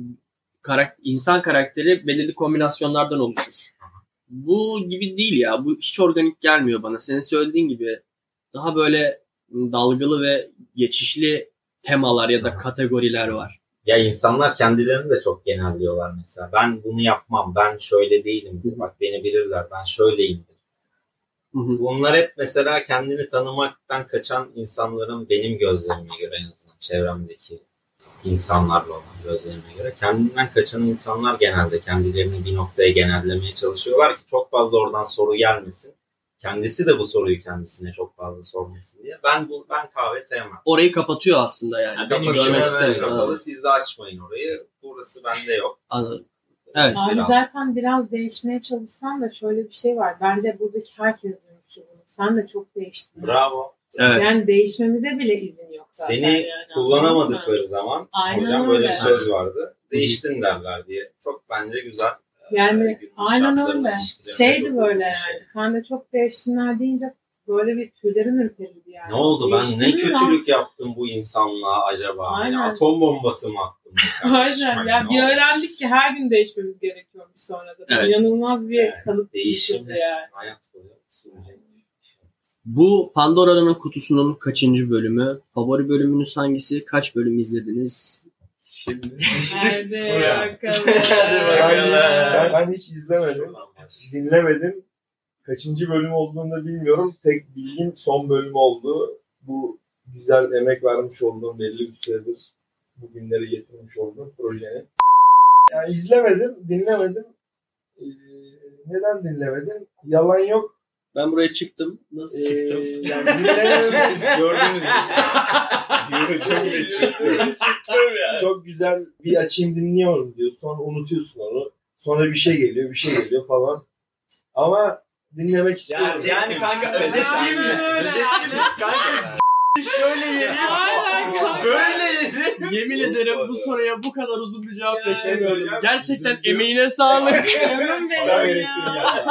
insan karakteri belirli kombinasyonlardan oluşur. Bu gibi değil ya. Bu hiç organik gelmiyor bana. Senin söylediğin gibi daha böyle dalgalı ve geçişli temalar ya da kategoriler var. Ya insanlar kendilerini de çok genelliyorlar mesela. Ben bunu yapmam, ben şöyle değilim. Bak beni bilirler, ben şöyleyimdir. Bunlar hep mesela kendini tanımaktan kaçan insanların benim gözlemime göre en azından çevremdeki insanlarla olan gözlemime göre kendinden kaçan insanlar genelde kendilerini bir noktaya genellemeye çalışıyorlar ki çok fazla oradan soru gelmesin. Kendisi de bu soruyu kendisine çok fazla sormasın diye. Ben kahve sevmem. Orayı kapatıyor aslında yani. Benim görmek işime istemiyorum. kapalı, siz de açmayın orayı. Burası bende yok. Anladım. Evet. Abi Biraz. zaten biraz değişmeye çalışsan da şöyle bir şey var. Bence buradaki herkes duymuş bunu. Sen de çok değiştin. Bravo. Evet. Yani değişmemize bile izin yok zaten. Seni yani, kullanamadıkları zaman Aynen hocam böyle öyle. bir söz vardı. Değiştin derler diye. Çok bence güzel. Yani günümüz aynen şartlarında öyle. ilişkilerine Şeydi çok böyle uygun bir yani. şey. Sen de çok değiştinler deyince böyle bir tüylerim ürperildi yani. Ne oldu? Ben ne Değişti mi lan? kötülük yaptım bu insanlığa acaba? Aynen. Yani atom bombası mı attım? Aynen. Ya bir öğrendik ki her gün değişmemiz gerekiyormuş sonra da. Evet. İnanılmaz bir Evet, kalıp değişim değiştirdi yani. Hayat boyu sürecek. Bu Pandora'nın kutusunun kaçıncı bölümü? Favori bölümünüz hangisi? Kaç bölüm izlediniz? Şimdi Hadi bakalım. Ben hiç izlemedim. Dinlemedim. Kaçıncı bölüm olduğunu da bilmiyorum. Tek bildiğim son bölüm oldu. Bu güzel emek vermiş olduğum belli bir süredir bugünlere getirmiş olduğum projenin. Yani izlemedim, dinlemedim. Neden dinlemedim? Yalan yok. Ben buraya çıktım. Nasıl çıktım? Yani dinlemedim. gördünüz işte. Yürüdüm ve çıktım. Çok güzel bir açayım dinliyorum diyor. Sonra unutuyorsun onu. Sonra bir şey geliyor falan. Ama dinlemek istiyorum. Yani kanka özetleyeyim mi? Kanka şöyle yeri. Böyle yeri. Yemin ederim bu soruya bu kadar uzun bir cevap Ya, beklemiyordum. evet. Gerçekten emeğine sağlık. Canım benim Para ya. veresim geldi.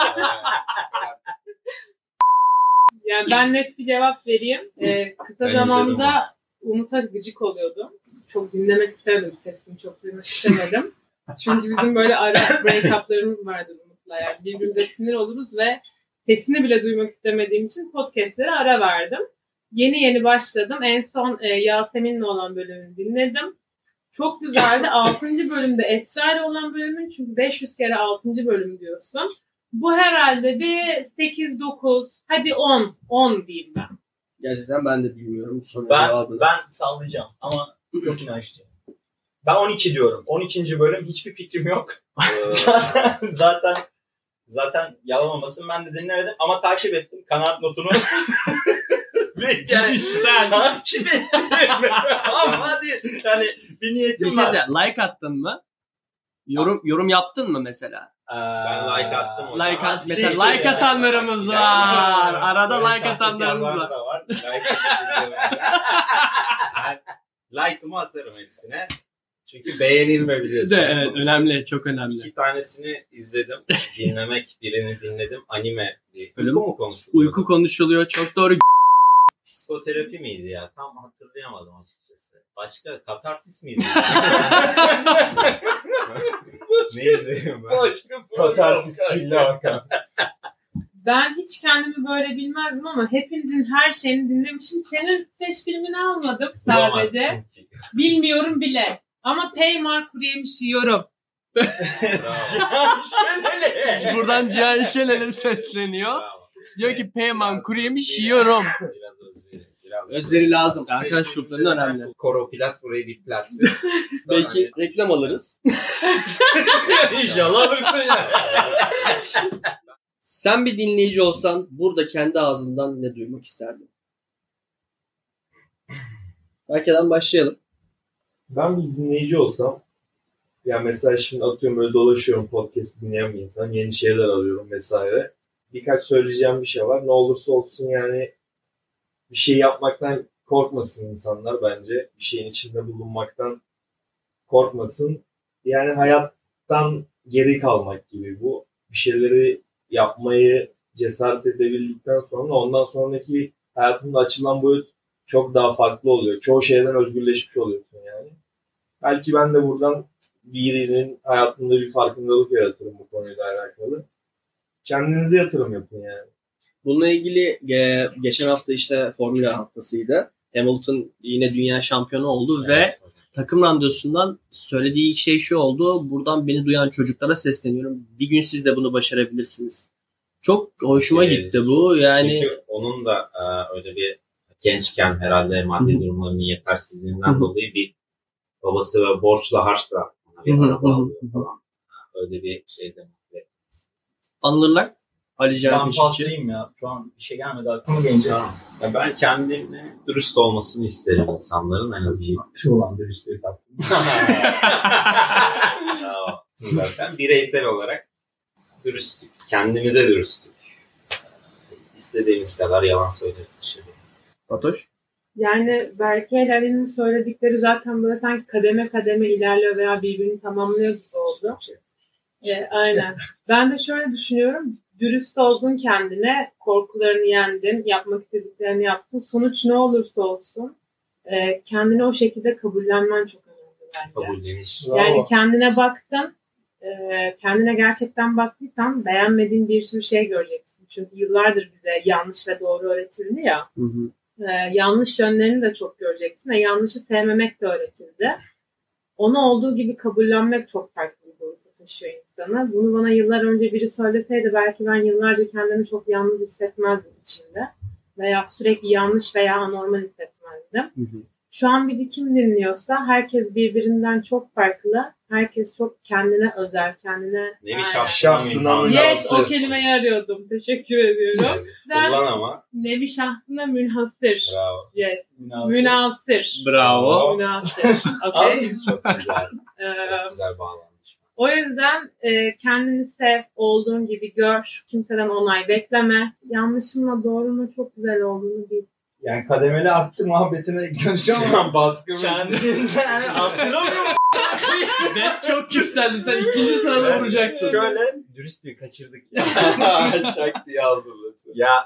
Yani ben net bir cevap vereyim. Kısa Ben zamanda Umut'a gıcık oluyordum. Çok dinlemek istemedim. Sesini çok duymak istemedim. Çünkü bizim böyle ara break-up'larımız vardı Umut'la. Yani birbirimize sinir oluruz ve sesini bile duymak istemediğim için podcastlere ara verdim. Yeni başladım. En son Yasemin'le olan bölümünü dinledim. Çok güzeldi. 6. bölümde Esra ile olan bölümün, çünkü 500 kere 6. bölüm diyorsun. Bu herhalde bir 8-9, hadi 10 diyeyim ben. Gerçekten ben de bilmiyorum. Soruya Ben sallayacağım ama çok inançlıyım. Ben 12 diyorum. 12. bölüm hiçbir fikrim yok. zaten yalan olmasın, ben de dinlemedim ama takip ettim kanaat notunu. Girişten. Takip ettim. Ama hadi yani bir niyetim Bir şey var. söyleyeyim. Like attın mı? Yorum yaptın mı mesela? Ben like attım. o Like zaman. at, mesela like atanlarımız var. Arada like atanlarımız var. Da var. Like'ımı atarım hepsine. Çünkü beğenilme biliyorsun. Evet, önemli, çok önemli. 2 tanesini izledim. Birini dinledim. Anime diye. Öyle mi? Uyku mu konuşuluyor? Uyku konuşuluyor, çok doğru. Psikoterapi miydi ya? Tam hatırlayamadım açıkçası. Başka katarsis miydi? Ne izledim ben? Katarsis kille bakan. Ben hiç kendimi böyle bilmezdim ama hepinizin her şeyini dinlemişim. Senin seç filmini almadım sadece. Bulamazsın ki. Bilmiyorum bile. Ama Paymar kuru yemiş yiyorum. Bravo. Buradan Cihan Şener'e sesleniyor. Bravo. Diyor ki Peyman kuru yemiş yiyorum. Biraz özveri. Özleri lazım. Arkadaş gruplarında önemli. Koroplast burayı biplersin. Belki reklam alırız. İnşallah alırsın ya. Sen bir dinleyici olsan burada kendi ağzından ne duymak isterdin? Berke'den başlayalım. Ben bir dinleyici olsam, yani mesela şimdi atıyorum böyle dolaşıyorum, podcast dinleyen bir insan, yeni şeyler alıyorum vesaire. Birkaç söyleyeceğim bir şey var. Ne olursa olsun yani bir şey yapmaktan korkmasın insanlar bence. Bir şeyin içinde bulunmaktan korkmasın. Yani hayattan geri kalmak gibi bu. Bir şeyleri yapmayı cesaret edebildikten sonra ondan sonraki hayatında açılan boyut çok daha farklı oluyor. Çoğu şeyden özgürleşmiş oluyorsun yani. Belki ben de buradan birinin hayatında bir farkındalık yaratırım bu konuyla alakalı. Kendinize yatırım yapın yani. Bununla ilgili geçen hafta işte Formula haftasıydı. Hamilton yine dünya şampiyonu oldu ve takım randevusundan söylediği ilk şey şu oldu. Buradan beni duyan çocuklara sesleniyorum. Bir gün siz de bunu başarabilirsiniz. Çok hoşuma gitti bu. Yani Çünkü onun da öyle bir gençken herhalde maddi durumlarının yetersizliğinden dolayı bir babası ve borçla harçla bir araba alıyor falan. Öyle bir şey de. anılırlar. Ali Ben Can Peşikçi. paslıyım ya. Şu an bir şey gelmedi aklıma gelince. Ya ben kendine dürüst olmasını isterim insanların en azından. Şu olan dürüstlüğü taktım. Bravo. Zaten bireysel olarak dürüstlük. Kendimize dürüstlük. İstediğimiz kadar yalan söyleriz dışarıya. Fatoş. Yani Berke ile Ali'nin söyledikleri zaten böyle sanki kademe kademe ilerliyor veya birbirini tamamlıyor gibi oldu. Aynen. Ben de şöyle düşünüyorum. dürüst oldun kendine, korkularını yendin, yapmak istediklerini yaptın. Sonuç ne olursa olsun kendini o şekilde kabullenmen çok önemli bence. Kabulleniş. Yani kendine baktın, kendine gerçekten baktıysan beğenmediğin bir sürü şey göreceksin. Çünkü yıllardır bize yanlış ve doğru öğretildi ya. Hı hı. Yanlış yönlerini de çok göreceksin. Yanlışı sevmemek de öğretildi. Onu olduğu gibi kabullenmek çok farklı bir boyuta taşıyor insanı. Bunu bana yıllar önce biri söyleseydi belki ben yıllarca kendimi çok yalnız hissetmezdim içimde. Veya sürekli yanlış veya anormal hissetmezdim. Hı hı. Şu an bizi kim dinliyorsa herkes birbirinden çok farklı. Herkes çok kendine özel, kendine... Nevi şahsına Yes, o kelimeyi arıyordum. Teşekkür ediyorum. Kullan ama. Nevi şahsına münhasır. Bravo. Yes. Münasır. Bravo. Münasır. Okay. Çok güzel. Çok güzel bağlanmış. O yüzden kendini sev, olduğun gibi gör. Kimseden onay bekleme. Yanlışınla doğrunun çok güzel olduğunu bil. Yani kademeli arttır muhabbetine dönüşemem. Baskı Kendinden arttıramıyorum. Ben çok yükseldim. Sen ikinci sırada vuracaktın. Şöyle dürüstlüğü kaçırdık ya. Şak diye aldım. Ya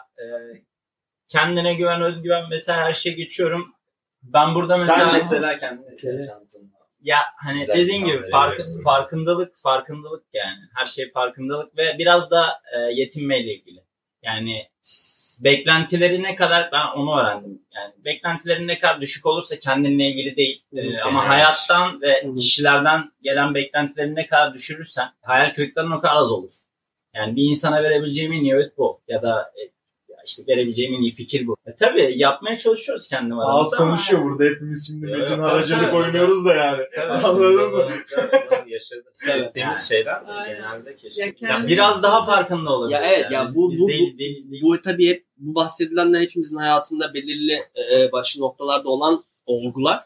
kendine güven, özgüven mesela her şeye geçiyorum. Ben burada mesela... Sen mesela kendini yaşantın. Ya hani Güzel dediğin gibi verebilirsin. farkındalık yani. Her şey farkındalık ve biraz da yetinmeyle ilgili. Yani beklentileri ne kadar, ben onu öğrendim. Yani beklentilerin ne kadar düşük olursa kendinle ilgili değil. Ama hayattan ve kişilerden gelen beklentilerini ne kadar düşürürsen hayal kırıklarının o kadar az olur. Yani bir insana verebileceğim en iyi öğüt bu. Ya da işte verebileceğim en iyi fikir bu. Tabii yapmaya çalışıyoruz kendi aramızda. Ağız konuşuyor burada hepimiz şimdi Evet, bütün tabii, aracılık tabii. oynuyoruz da yani. Anladın mı? Yaşadık. Hissettiğimiz şeyler genelde keşke. Ya biraz daha farkında olabilir. Ya evet, ya Biz bu değil. bu tabii hep bu bahsedilenler hepimizin hayatında belirli başlı noktalarda olan olgular.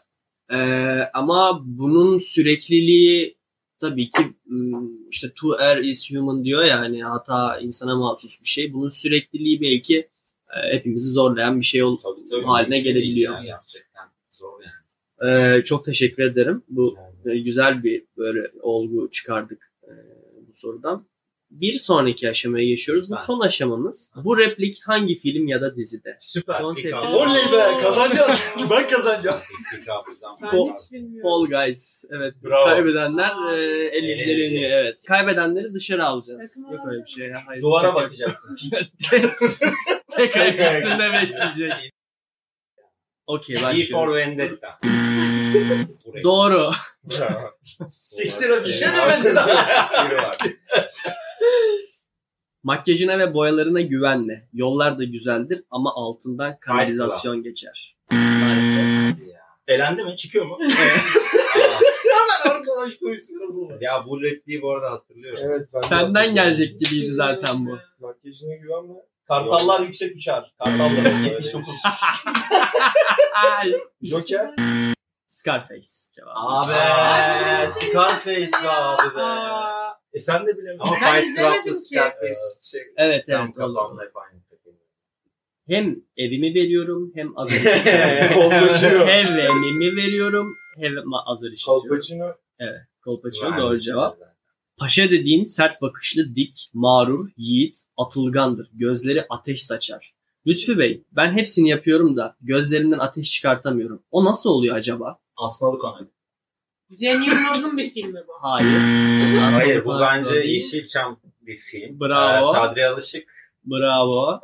Ama bunun sürekliliği tabii ki işte to err is human diyor ya, hani hata insana mahsus bir şey. Bunun sürekliliği belki hepimizi zorlayan bir şey Tabii, haline gelebiliyor. Yani, gerçekten zor yani. Çok teşekkür ederim. Bu güzel bir böyle olgu çıkardık bu sorudan. Bir sonraki aşamaya geçiyoruz. Bu son aşamamız. Bu replik hangi film ya da dizide? Süper. Konsepti. Oley be, kazanacağız. Ben kazanacağım. Ben hiç bilmiyorum. Fall Guys. Evet. Bravo. Kaybedenler ellerini, evet. Kaybedenleri dışarı alacağız. Takım Yok öyle bir şey ya. Hayır, Duvara tek- bakacaksın. Tek ayak üstünde bekleyecek. Okey, E for başlıyoruz. Vendetta. Doğru. Siktir bir şey demedin daha. Makyajına ve boyalarına güvenme. Yollar da güzeldir ama altından kanalizasyon geçer. Maalesef. Elendi mi? Çıkıyor mu? Hemen arkadaş konuşuyoruz. Ya bu repliği bu arada hatırlıyorum. Evet. Senden gelecek gibiydi zaten bu. Makyajına güvenme. Kartallar yüksek uçar. Kartallar 79. Ay. Joker. Scarface cevabı. Abi Scarface abi be. Aa, Sen de bilemiyorsun. Ama Ben Fight izlemedim Club'da ki. Scarface şey. Evet, Tam evet. kafamda hep aynı takım. Hem evimi veriyorum hem azar Kolpaçino. hem evimi veriyorum hem azar işitiyorum. Kolpaçino. Kolpaçino doğru cevap. Paşa dediğin sert bakışlı, dik, mağrur, yiğit, atılgandır. Gözleri ateş saçar. Lütfü Bey, ben hepsini yapıyorum da gözlerimden ateş çıkartamıyorum. O nasıl oluyor acaba? Asmalı konu. Cem Yılmaz'ın bir filmi bu. Hayır. Hayır, bu Aslında bence değil. Yeşilçam bir film. Bravo. Sadri Alışık. Bravo.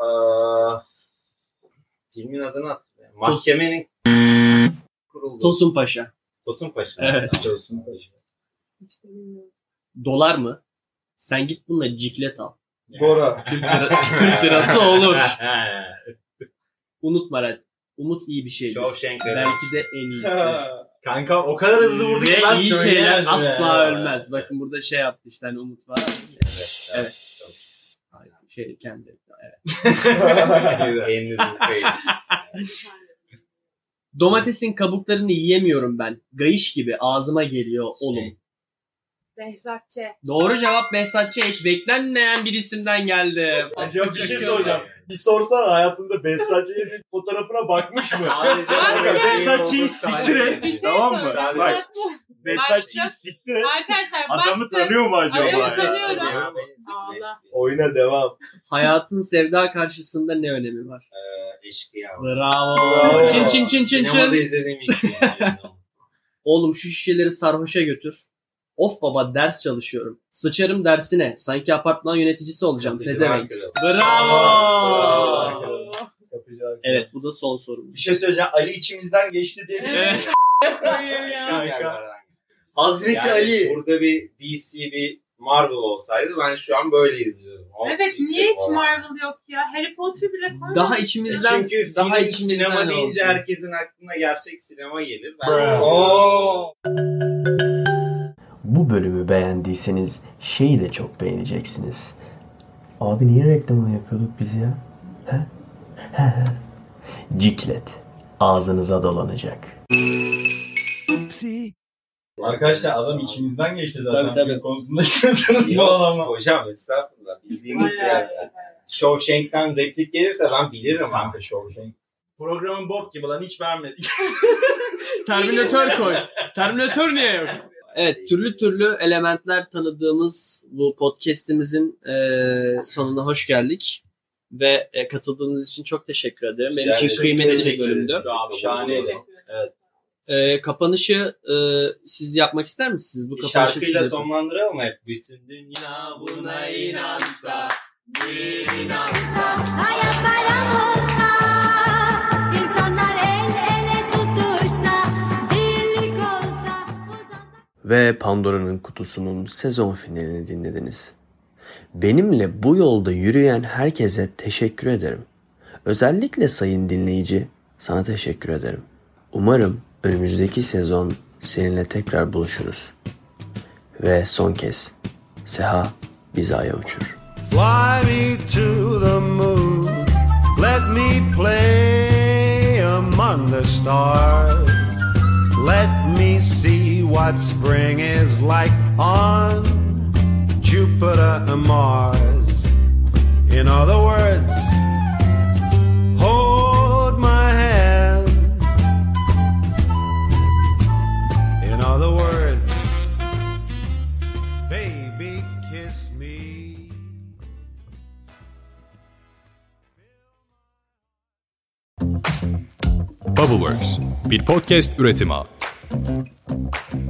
Filmin adını hatırlıyorum. Mahkemenin kurulduğu. Tosun Paşa. Tosun Paşa. Evet. Tosun Paşa. Hiç de bilmiyorum. Dolar mı? Sen git bununla ciklet al. Bora. Türk lirası olur. Unutma Red. Umut iyi bir şeydir. Shawshank Belki de en iyisi. Kanka o kadar hızlı vurdu ki ben Ve iyi şeyler söyleyemedim asla ya. ölmez. Bakın burada şey yaptı işte, hani umut var. Evet. Şey kendi. Evet. En hızlı Domatesin kabuklarını yiyemiyorum ben. Gayış gibi ağzıma geliyor oğlum. Behzat Ç. Doğru cevap Behzat Ç. Hiç beklenmeyen bir isimden geldi. Acaba bir şey soracağım. Bir sorsana hayatında Behzat Ç'nin fotoğrafına bakmış mı? Behzat Ç'yi siktir et. Tamam mı? Bak. Behzat Ç'yi siktir et. Arkadaşlar Adamı tanıyor mu acaba? Evet, tanıyorum. Oyuna devam. Hayatın sevda karşısında ne önemi var? Eşkıya. Bravo. Çin çin çin çin çin. Sinemada izlediğim ilk film. Oğlum şu şişeleri sarhoşa götür. Of baba ders çalışıyorum. Sıçarım dersine. Sanki apartman yöneticisi olacağım. Pezevenk. Bravo. Evet bu da son sorumuz. Bir şey söyleyeceğim. Ali içimizden geçti diye. Evet. Hazreti Yani Ali. burada bir DC bir Marvel olsaydı ben şu an böyle izliyorum. Evet niye hiç Marvel yok ya? Harry Potter bile koymamış. Daha içimizden Çünkü daha film, içimizden sinema deyince olsun. herkesin aklına gerçek sinema gelir. Bu bölümü beğendiyseniz şeyi de çok beğeneceksiniz. Abi niye reklamını yapıyorduk biz ya? Ciklet. Ağzınıza dolanacak. Arkadaşlar adam içimizden geçti zaten. Tabii. Konusunda istiyorsanız bu adamla. Hocam estağfurullah. Bildiğimiz yani. Shawshank'tan replik gelirse ben bilirim. Kanka Shawshank. Programın bok gibi lan hiç beğenmedik. Terminatör koy. Terminatör niye yok? Evet türlü türlü elementler tanıdığımız bu podcast'imizin sonuna hoş geldik. Ve katıldığınız için çok teşekkür ederim. Benim için kıymetli bir bölümdü. Şahaneydi. Evet. Kapanışı siz yapmak ister misiniz? Bu Bir kapanışı şarkıyla siz sonlandıralım hep. Bütün dünya buna inansa. Hayat bayram olsa, insanlar el ele tutuşsa, birlik olsa, uzansa. Ve Pandora'nın Kutusu'nun sezon finalini dinlediniz. Benimle bu yolda yürüyen herkese teşekkür ederim. Özellikle sayın dinleyici, sana teşekkür ederim. Umarım önümüzdeki sezon seninle tekrar buluşuruz. Ve son kez Seha bizi aya uçur. Fly me to the moon. Let me play among the stars. Let me see what spring is like on Jupiter and Mars. In other words, hold my hand. In other words, baby, kiss me. Bubbleworks bir podcast üretimi.